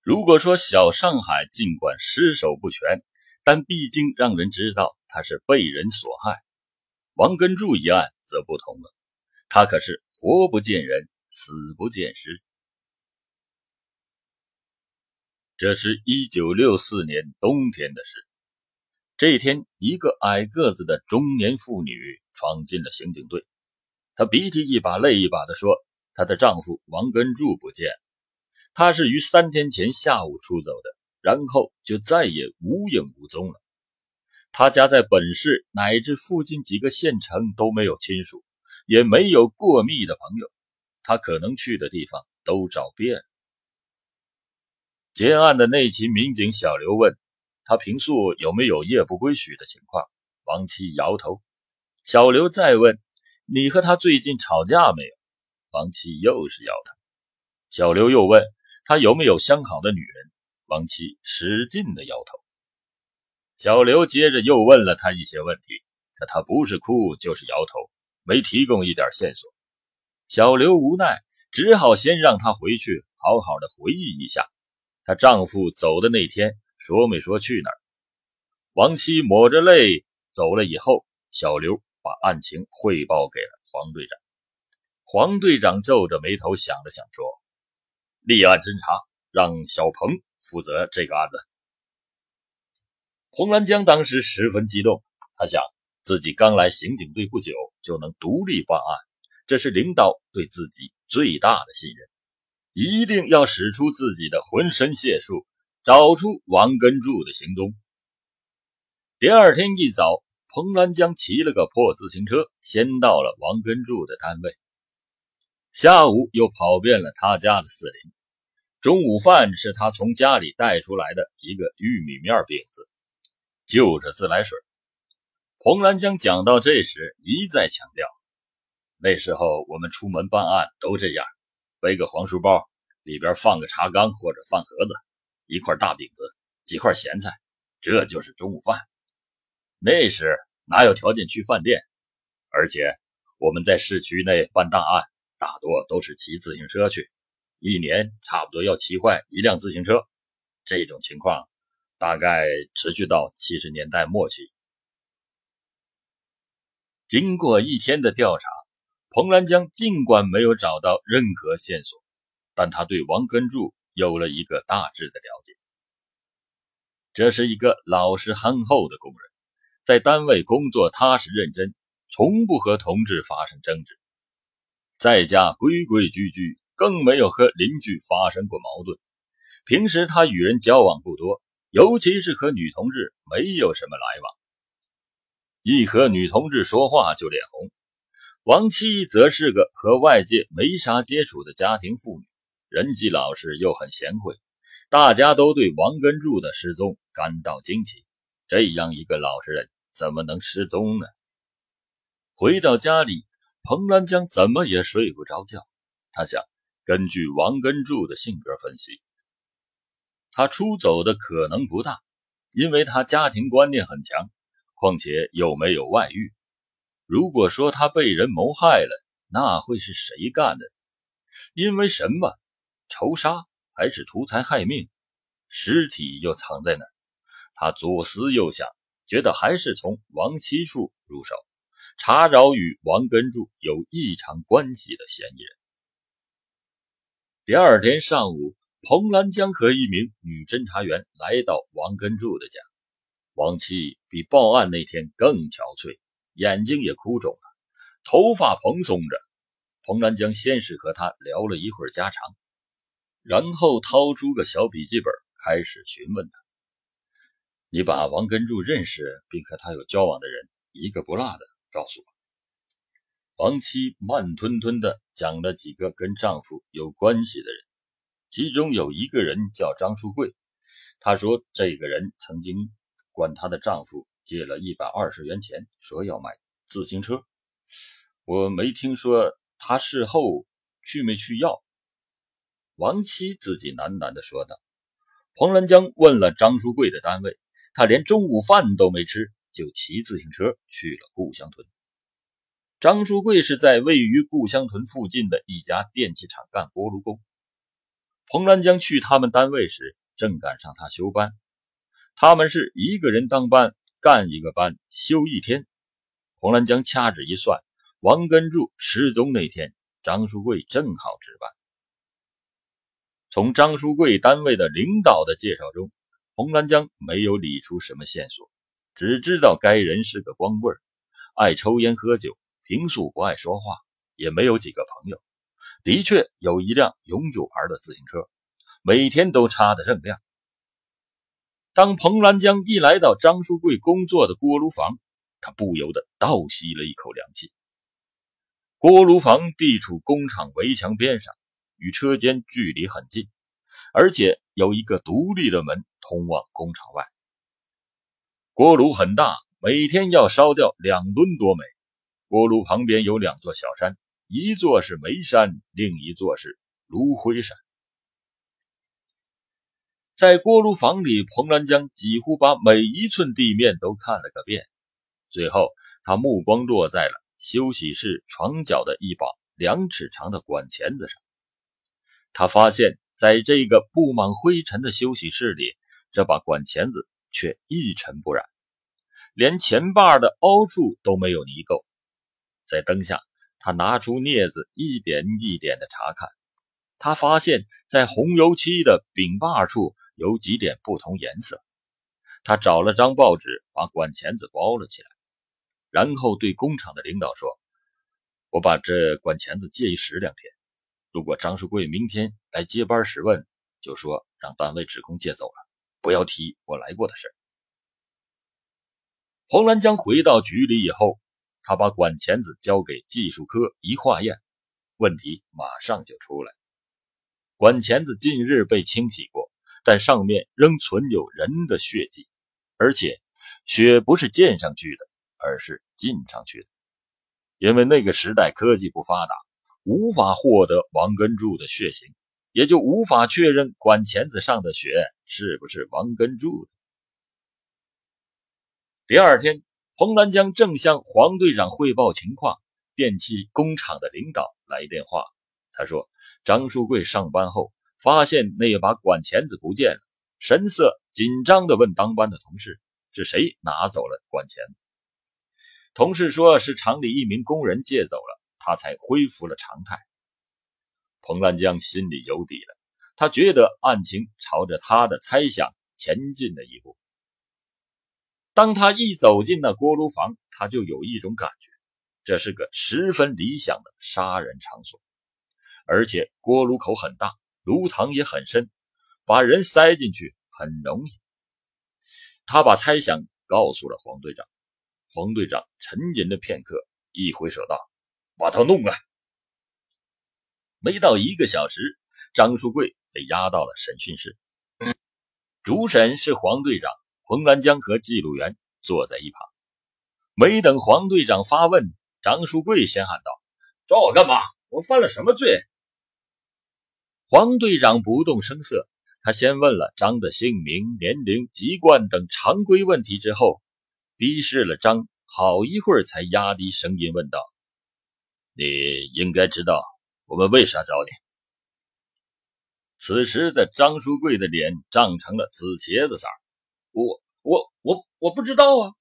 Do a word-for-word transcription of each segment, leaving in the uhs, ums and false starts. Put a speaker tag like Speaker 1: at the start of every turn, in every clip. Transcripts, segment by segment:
Speaker 1: 如果说小上海尽管尸首不全，但毕竟让人知道他是被人所害。王根柱一案则不同了，他可是活不见人，死不见尸。这是一九六四年冬天的事。这天，一个矮个子的中年妇女闯进了刑警队。她鼻涕一把泪一把地说，她的丈夫王根柱不见了。他是于三天前下午出走的，然后就再也无影无踪了。他家在本市乃至附近几个县城都没有亲属，也没有过密的朋友，他可能去的地方都找遍了。结案的内勤民警小刘问他平素有没有夜不归宿的情况，王七摇头。小刘再问你和他最近吵架没有，王七又是摇头。小刘又问他有没有相好的女人，王七使劲的摇头。小刘接着又问了他一些问题，可他不是哭就是摇头，没提供一点线索。小刘无奈，只好先让他回去好好的回忆一下她丈夫走的那天说没说去哪儿。王七抹着泪走了以后，小刘把案情汇报给了黄队长。黄队长皱着眉头想了想说，立案侦查，让小鹏负责这个案子。彭兰江当时十分激动，他想自己刚来刑警队不久就能独立办案，这是领导对自己最大的信任，一定要使出自己的浑身解数，找出王根柱的行踪。第二天一早，彭兰江骑了个破自行车，先到了王根柱的单位。下午又跑遍了他家的四邻，中午饭是他从家里带出来的一个玉米面饼子，就着自来水。彭兰江讲到这时一再强调，那时候我们出门办案都这样，背个黄书包，里边放个茶缸或者饭盒子，一块大饼子，几块咸菜，这就是中午饭。那时哪有条件去饭店，而且我们在市区内办大案大多都是骑自行车去，一年差不多要骑坏一辆自行车。这种情况大概持续到七十年代末期。经过一天的调查，彭兰江尽管没有找到任何线索，但他对王根柱有了一个大致的了解。这是一个老实憨厚的工人，在单位工作踏实认真，从不和同志发生争执，在家规规矩矩，更没有和邻居发生过矛盾。平时他与人交往不多，尤其是和女同志没有什么来往，一和女同志说话就脸红。王七则是个和外界没啥接触的家庭妇女，人际老实又很贤惠，大家都对王根柱的失踪感到惊奇，这样一个老实人怎么能失踪呢？回到家里，彭兰江怎么也睡不着觉。他想，根据王根柱的性格分析，他出走的可能不大，因为他家庭观念很强，况且又没有外遇。如果说他被人谋害了，那会是谁干的？因为什么？仇杀还是图财害命？尸体又藏在哪儿？他左思右想，觉得还是从王七处入手，查找与王根柱有异常关系的嫌疑人。第二天上午，彭兰江和一名女侦查员来到王根柱的家。王七比报案那天更憔悴，眼睛也哭肿了，头发蓬松着。彭兰江先是和他聊了一会儿家常，然后掏出个小笔记本，开始询问他，你把王根柱认识并和他有交往的人一个不落的告诉我。王七慢吞吞地讲了几个跟丈夫有关系的人，其中有一个人叫张书贵，她说这个人曾经管她的丈夫借了一百二十元钱，说要买自行车。我没听说他事后去没去要。王七自己喃喃地说道。彭兰江问了张书贵的单位，他连中午饭都没吃，就骑自行车去了故乡屯。张书贵是在位于故乡屯附近的一家电器厂干锅炉工。 彭兰江去他们单位时，正赶上他休班。他们是一个人当班，干一个班，休一天。彭兰江掐指一算，王根柱失踪那天，张书贵正好值班。从张书贵单位的领导的介绍中，彭兰江没有理出什么线索，只知道该人是个光棍，爱抽烟喝酒，平素不爱说话，也没有几个朋友。的确有一辆永久牌的自行车，每天都擦得锃亮。当彭兰江一来到张书贵工作的锅炉房，他不由得倒吸了一口凉气。锅炉房地处工厂围墙边上，与车间距离很近，而且有一个独立的门通往工厂外。锅炉很大，每天要烧掉两吨多煤。锅炉旁边有两座小山，一座是煤山，另一座是炉灰山。在锅炉房里，彭兰江几乎把每一寸地面都看了个遍。最后他目光落在了休息室床角的一把两尺长的管钳子上。他发现在这个布满灰尘的休息室里，这把管钳子却一尘不染，连钳把的凹处都没有泥垢。在灯下，他拿出镊子一点一点的查看。他发现在红油漆的柄把处有几点不同颜色。他找了张报纸把管钳子包了起来，然后对工厂的领导说：我把这管钳子借一时两天，如果张书贵明天来接班时问，就说让单位职工借走了，不要提我来过的事。彭兰江回到局里以后，他把管钳子交给技术科一化验，问题马上就出来。管钳子近日被清洗过，但上面仍存有人的血迹，而且血不是溅上去的，而是浸上去的。因为那个时代科技不发达，无法获得王根柱的血型，也就无法确认管钳子上的血是不是王根柱的。第二天，彭兰江正向黄队长汇报情况，电器工厂的领导来电话，他说张书贵上班后发现那把管钳子不见了，神色紧张地问当班的同事是谁拿走了管钳子。同事说是厂里一名工人借走了，他才恢复了常态。彭兰江心里有底了，他觉得案情朝着他的猜想前进了一步。当他一走进那锅炉房，他就有一种感觉，这是个十分理想的杀人场所。而且锅炉口很大，炉膛也很深，把人塞进去很容易。他把猜想告诉了黄队长。黄队长沉吟了片刻，一挥手道：把他弄来。没到一个小时，张书贵被押到了审讯室。主审是黄队长，彭兰江和记录员坐在一旁。没等黄队长发问，张书贵先喊道：抓我干嘛？我犯了什么罪？黄队长不动声色，他先问了张的姓名、年龄、籍贯等常规问题之后，逼视了张好一会儿，才压低声音问道：你应该知道我们为啥找你。此时的张书贵的脸涨成了紫茄子色，我我我我不知道啊。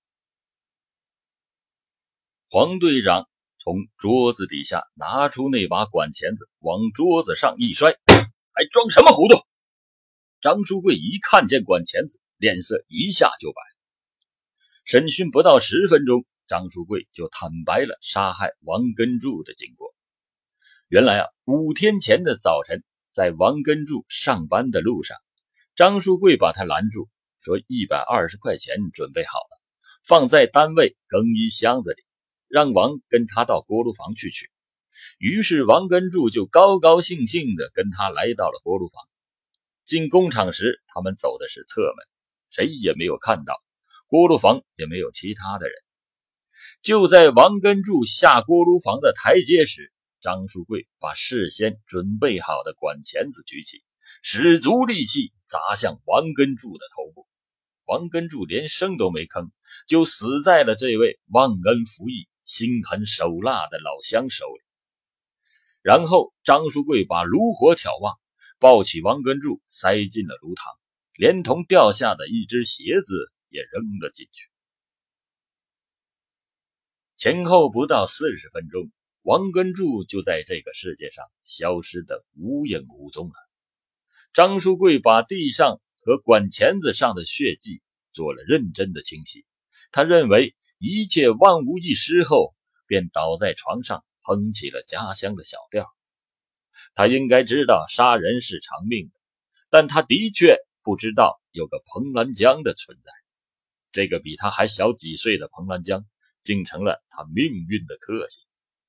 Speaker 1: 黄队长从桌子底下拿出那把管钳子，往桌子上一摔，还装什么糊涂？张书贵一看见管钳子，脸色一下就白。审讯不到十分钟，张书贵就坦白了杀害王根柱的经过。原来啊，五天前的早晨，在王根柱上班的路上，张书贵把他拦住，说一百二十块钱准备好了，放在单位更衣箱子里，让王跟他到锅炉房去取。于是王根柱就高高兴兴地跟他来到了锅炉房。进工厂时，他们走的是侧门，谁也没有看到，锅炉房也没有其他的人。就在王根柱下锅炉房的台阶时，张书贵把事先准备好的管钳子举起，使足力气砸向王根柱的头部。王根柱连声都没吭，就死在了这位忘恩负义、心狠手辣的老乡手里。然后张书贵把炉火挑旺， 抱起王根柱塞进了炉膛，连同掉下的一只鞋子也扔了进去。前后不到四十分钟，王根柱就在这个世界上消失得无影无踪了。张书贵把地上和管钳子上的血迹做了认真的清洗，他认为一切万无一失后，便倒在床上哼起了家乡的小调。他应该知道杀人是偿命的，但他的确不知道有个彭兰江的存在。这个比他还小几岁的彭兰江竟成了他命运的克星。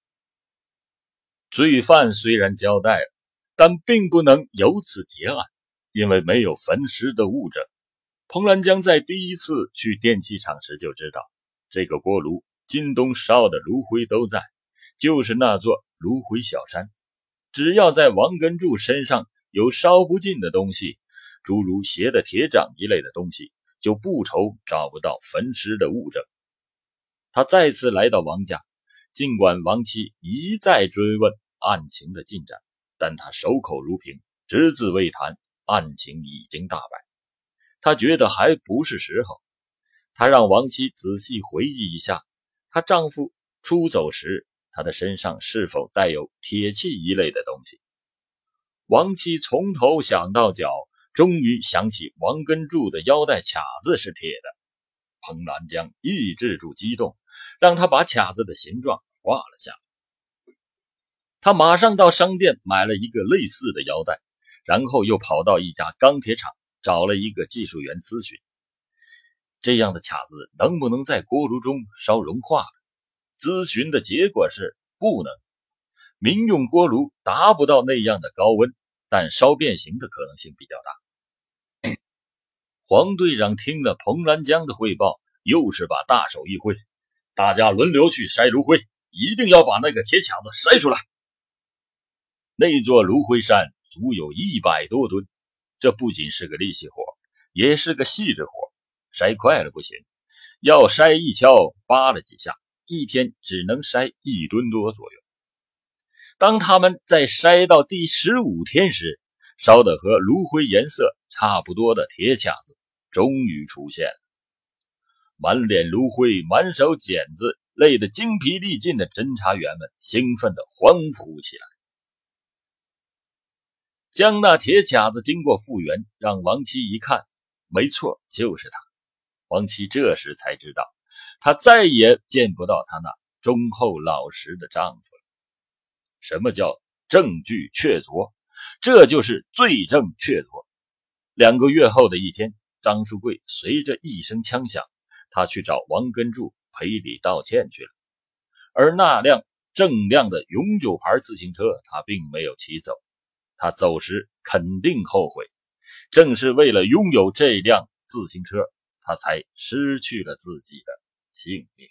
Speaker 1: 罪犯虽然交代了，但并不能由此结案，因为没有焚尸的物证。彭兰江在第一次去电器厂时就知道，这个锅炉今冬烧的炉灰都在，就是那座炉灰小山。只要在王根柱身上有烧不尽的东西，诸如鞋的铁掌一类的东西，就不愁找不到焚尸的物证。他再次来到王家，尽管王妻一再追问案情的进展，但他守口如瓶，只字未谈，案情已经大白。他觉得还不是时候，他让王妻仔细回忆一下，她丈夫出走时他的身上是否带有铁器一类的东西。王妻从头想到脚，终于想起王根柱的腰带卡子是铁的。彭兰江抑制住激动，让他把卡子的形状画了下来。他马上到商店买了一个类似的腰带，然后又跑到一家钢铁厂找了一个技术员咨询，这样的卡子能不能在锅炉中烧融化了？咨询的结果是不能，民用锅炉达不到那样的高温，但烧变形的可能性比较大。黄队长听了彭兰江的汇报，又是把大手一挥，大家轮流去筛炉灰，一定要把那个铁卡子筛出来。那座炉灰山足有一百多吨，这不仅是个力气活，也是个细致活，筛快了不行，要筛一敲扒了几下，一天只能筛一吨多左右。当他们在筛到第十五天时，烧的和炉灰颜色差不多的铁卡子终于出现了。满脸炉灰，满手剪子，累得精疲力尽的侦查员们兴奋地欢呼起来。将那铁卡子经过复原，让王妻一看，没错，就是他。王妻这时才知道，她再也见不到她那忠厚老实的丈夫了。什么叫证据确凿？这就是罪证确凿。两个月后的一天，张书贵随着一声枪响，他去找王根柱赔礼道歉去了。而那辆锃亮的永久牌自行车他并没有骑走，他走时肯定后悔，正是为了拥有这辆自行车，他才失去了自己的性命。